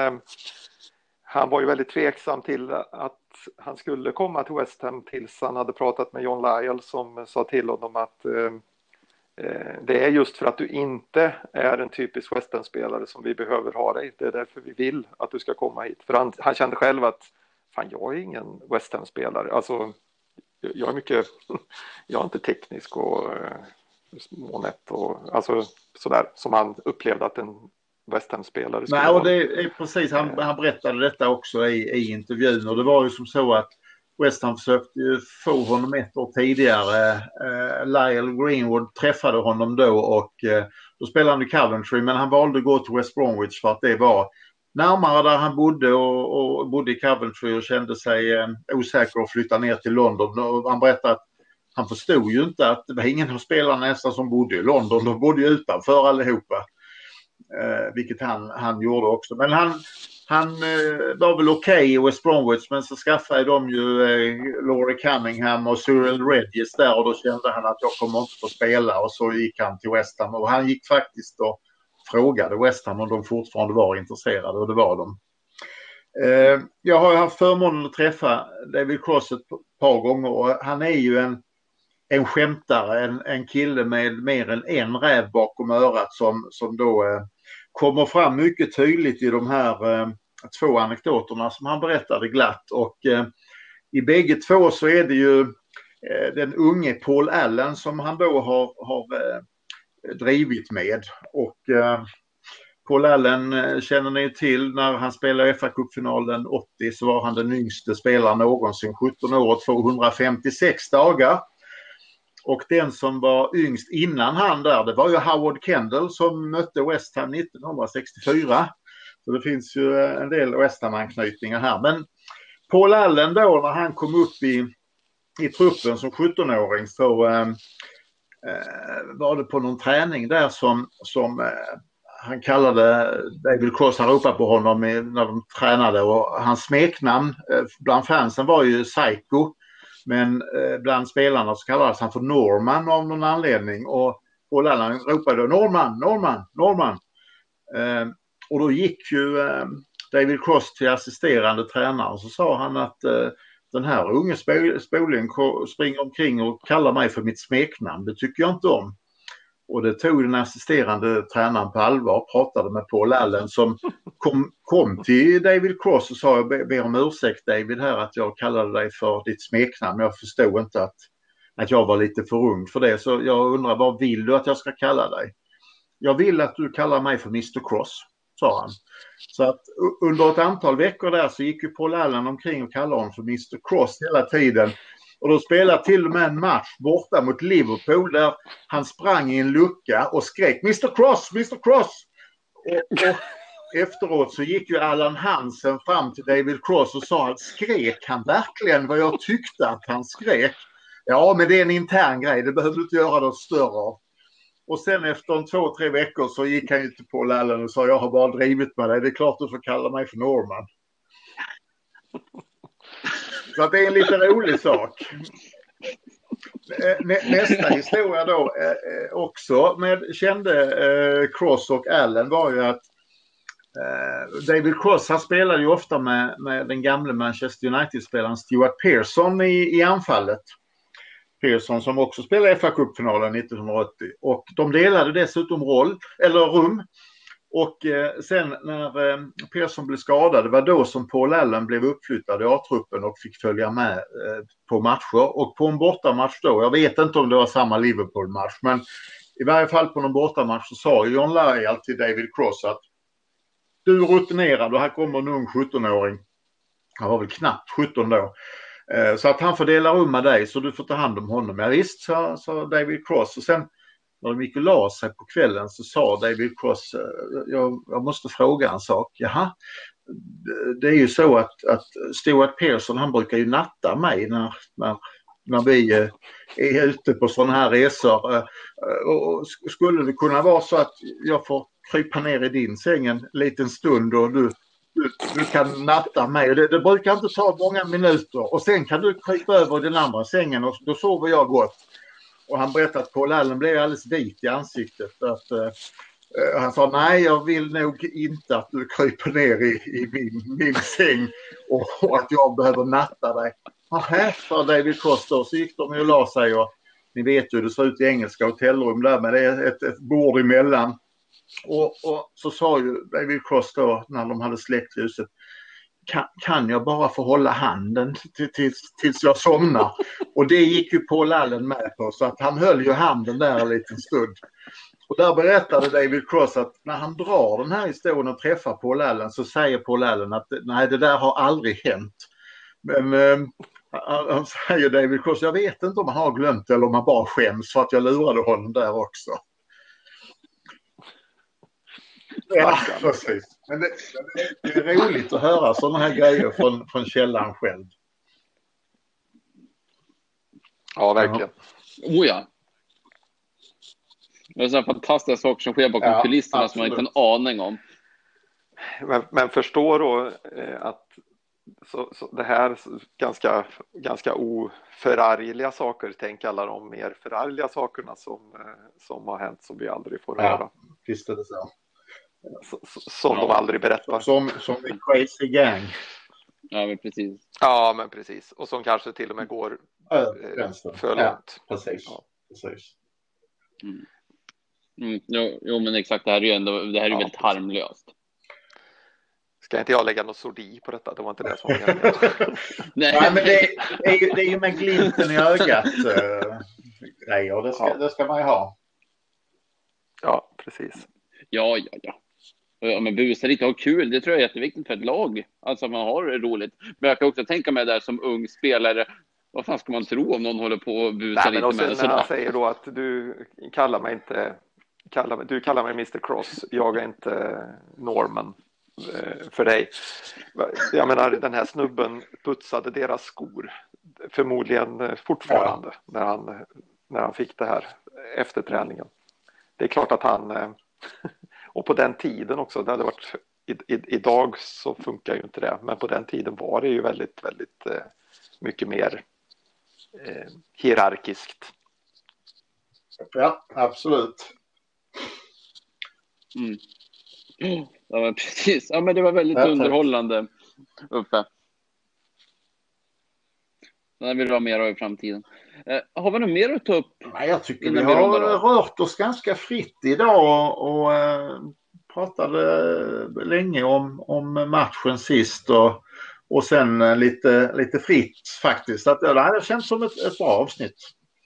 Han var ju väldigt tveksam till att han skulle komma till West Ham tills han hade pratat med John Lyall, som sa till honom att det är just för att du inte är en typisk West Ham-spelare som vi behöver ha dig. Det är därför vi vill att du ska komma hit. För han kände själv att fan, jag är ingen West Ham-spelare. Alltså, jag är inte teknisk och smånät och alltså sådär som han upplevde att en West Ham-spelare skulle. Nej, och det är precis, han berättade detta också i intervjun, och det var ju som så att West Ham försökte ju få honom ett år tidigare. Lyle Greenwood träffade honom då, och då spelade han i Coventry, men han valde att gå till West Bromwich för att det var närmare där han bodde, och bodde i Coventry och kände sig osäker att flytta ner till London. Och han berättade att han förstod ju inte att det var ingen av spelarna nästan som bodde i London. De bodde ju utanför allihopa. Vilket han gjorde också. Men han var väl okej i West Bromwich, men så skaffade de ju Laurie Cunningham och Cyril Regis där, och då kände han att jag kommer inte få spela, och så gick han till West Ham, och han gick faktiskt och frågade West Ham om de fortfarande var intresserade, och det var de. Jag har haft förmånen att träffa David Cross ett par gånger, och han är ju en skämtare, en kille med mer än en räv bakom örat som då kommer fram mycket tydligt i de här 2 anekdoterna som han berättade glatt. Och i bägge 2 så är det ju den unge Paul Allen som han då har drivit med. Och Paul Allen känner ni till, när han spelade FA-cupfinalen 80 så var han den yngste spelaren någonsin, 17 år och 256 dagar. Och den som var yngst innan han där, det var ju Howard Kendall som mötte West Ham 1964. Så det finns ju en del West Ham-anknytningar här. Men Paul Allen då, när han kom upp i truppen som 17-åring, så var det på någon träning där som han kallade David Cross, han ropade på honom när de tränade, och hans smeknamn bland fansen var ju Psycho. Men bland spelarna så kallades han för Norman av någon anledning, och Paul Allen ropade då Norman. Och då gick ju David Cross till assisterande tränare, och så sa han att den här unge spolingen springer omkring och kallar mig för mitt smeknamn, det tycker jag inte om. Och det tog den assisterande tränaren på allvar, pratade med Paul Allen som kom till David Cross och sa, jag ber om ursäkt David här att jag kallade dig för ditt smeknamn. Jag förstod inte att jag var lite för ung för det, så jag undrar, vad vill du att jag ska kalla dig? Jag vill att du kallar mig för Mr. Cross, sa han. Så att under ett antal veckor där så gick ju Paul Allen omkring och kallade honom för Mr. Cross hela tiden. Och då spelade till och med en match borta mot Liverpool där han sprang i en lucka och skrek Mr. Cross, Mr. Cross. Och efteråt så gick ju Alan Hansen fram till David Cross och sa att skrek han verkligen vad jag tyckte att han skrek? Ja, men det är en intern grej, det behöver du inte göra något större av. Och sen efter 2-3 veckor så gick han ju till Paul Allen och sa, jag har bara drivit med dig, det är klart du får kalla mig för Norman. Så att det är en lite rolig sak. Nästa historia då också med kände Cross och Allen var ju att David Cross, han spelade ju ofta med den gamla Manchester United-spelaren Stuart Pearson i anfallet. Pearson som också spelade FA-cupfinalen 1980. Och de delade dessutom rum. Och sen när Pearson blev skadad, det var då som Paul Allen blev uppflyttad i A-truppen och fick följa med på matcher. Och på en bortamatch då, jag vet inte om det var samma Liverpool-match, men i varje fall på någon bortamatch så sa John Lyall till David Cross att du är rutinerad och här kommer en ung 17-åring. Han var väl knappt 17 då. Så att han får dela rum med dig så du får ta hand om honom. Ja visst, sa David Cross. Och sen när de gick och la sig på kvällen så sa David Cross, jag måste fråga en sak. Jaha, det är ju så att Stuart Pearson, han brukar ju natta mig när vi är ute på sådana här resor. Och skulle det kunna vara så att jag får krypa ner i din säng en liten stund och du kan natta mig. Det brukar inte ta många minuter och sen kan du krypa över den andra sängen och då sover jag gott. Och han berättade att Paul Allen blev alldeles vit i ansiktet. Han sa nej, jag vill nog inte att du kryper ner i min säng och att jag behöver natta dig. Nähä, sa David Costa. Så gick de och la sig och ni vet ju det ser ut i engelska hotellrum där men det är ett bord emellan. Och så sa ju David Cross då när de hade släckt ljuset, kan jag bara få hålla handen tills jag somnar? Och det gick ju Paul Allen med på så att han höll ju handen där en liten stund. Och där berättade David Cross att när han drar den här historien och träffar Paul Allen så säger Paul Allen att nej det där har aldrig hänt. Men han säger David Cross, jag vet inte om han har glömt eller om han bara skäms för att jag lurade honom där också. Ja, precis. Men det är roligt att höra sådana här grejer från källan själv. Ja, verkligen. Ja. Det är så fantastiska saker som sker bakom kulisserna som man inte har en aning om. Men förstår då att så det här ganska oförargliga saker, tänk alla de mer förargliga sakerna som har hänt som vi aldrig får höra. Visst är det så. Som de aldrig berättar. Som en crazy gang. Ja, men precis. Ja, men precis. Och som kanske till och med går för långt. Precis. Jo, men exakt. Det här är ju väldigt harmlöst. Ska inte jag lägga något sordi på detta? Det var inte det som var meningen. Nej, men det är ju med glimten i ögat grejer. Det ska man ju ha. Ja, precis. Ja. Ja, men busa lite och ha kul, det tror jag är jätteviktigt för ett lag. Alltså man har det roligt. Men jag kan också tänka mig där som ung spelare, vad fan ska man tro om någon håller på och busa lite med det? När han säger då att du kallar mig Mr. Cross, jag är inte Norman för dig. Jag menar, den här snubben putsade deras skor förmodligen fortfarande när han fick det här efter träningen. Det är klart att han och på den tiden också, det hade varit idag så funkar ju inte det, men på den tiden var det ju väldigt, väldigt mycket mer hierarkiskt. Ja, absolut. Ja, men precis. Ja, men det var väldigt underhållande uppe. Det vill vi ha mer av i framtiden. Har vi något mer att ta upp? Nej, jag tycker vi har rört oss ganska fritt idag och pratade länge om matchen sist och sen lite fritt faktiskt. Att det känns som ett bra avsnitt.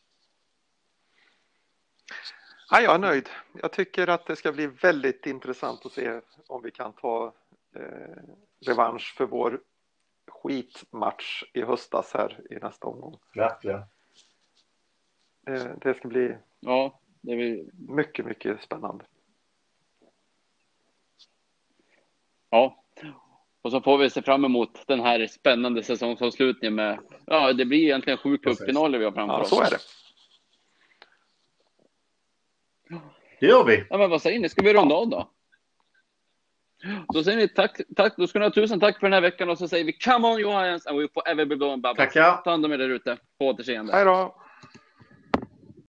Ja, jag är nöjd. Jag tycker att det ska bli väldigt intressant att se om vi kan ta revansch för vår skitmatch i höstas här i nästa omgång. Verkligen. Det ska bli det blir mycket, mycket spännande. Ja, och så får vi se fram emot den här spännande säsongsavslutningen med, det blir egentligen 7 cupfinaler vi har framför oss. Ja, så är det. Det gör vi. Ja, men vad säger ni? Ska vi runda av då? Då säger vi tack. Då ska ni ha tusen tack för den här veckan och så säger vi come on Johannes and we forever be blown bubbles. Tackar. Ta hand om er där ute. På återseende. Hej då.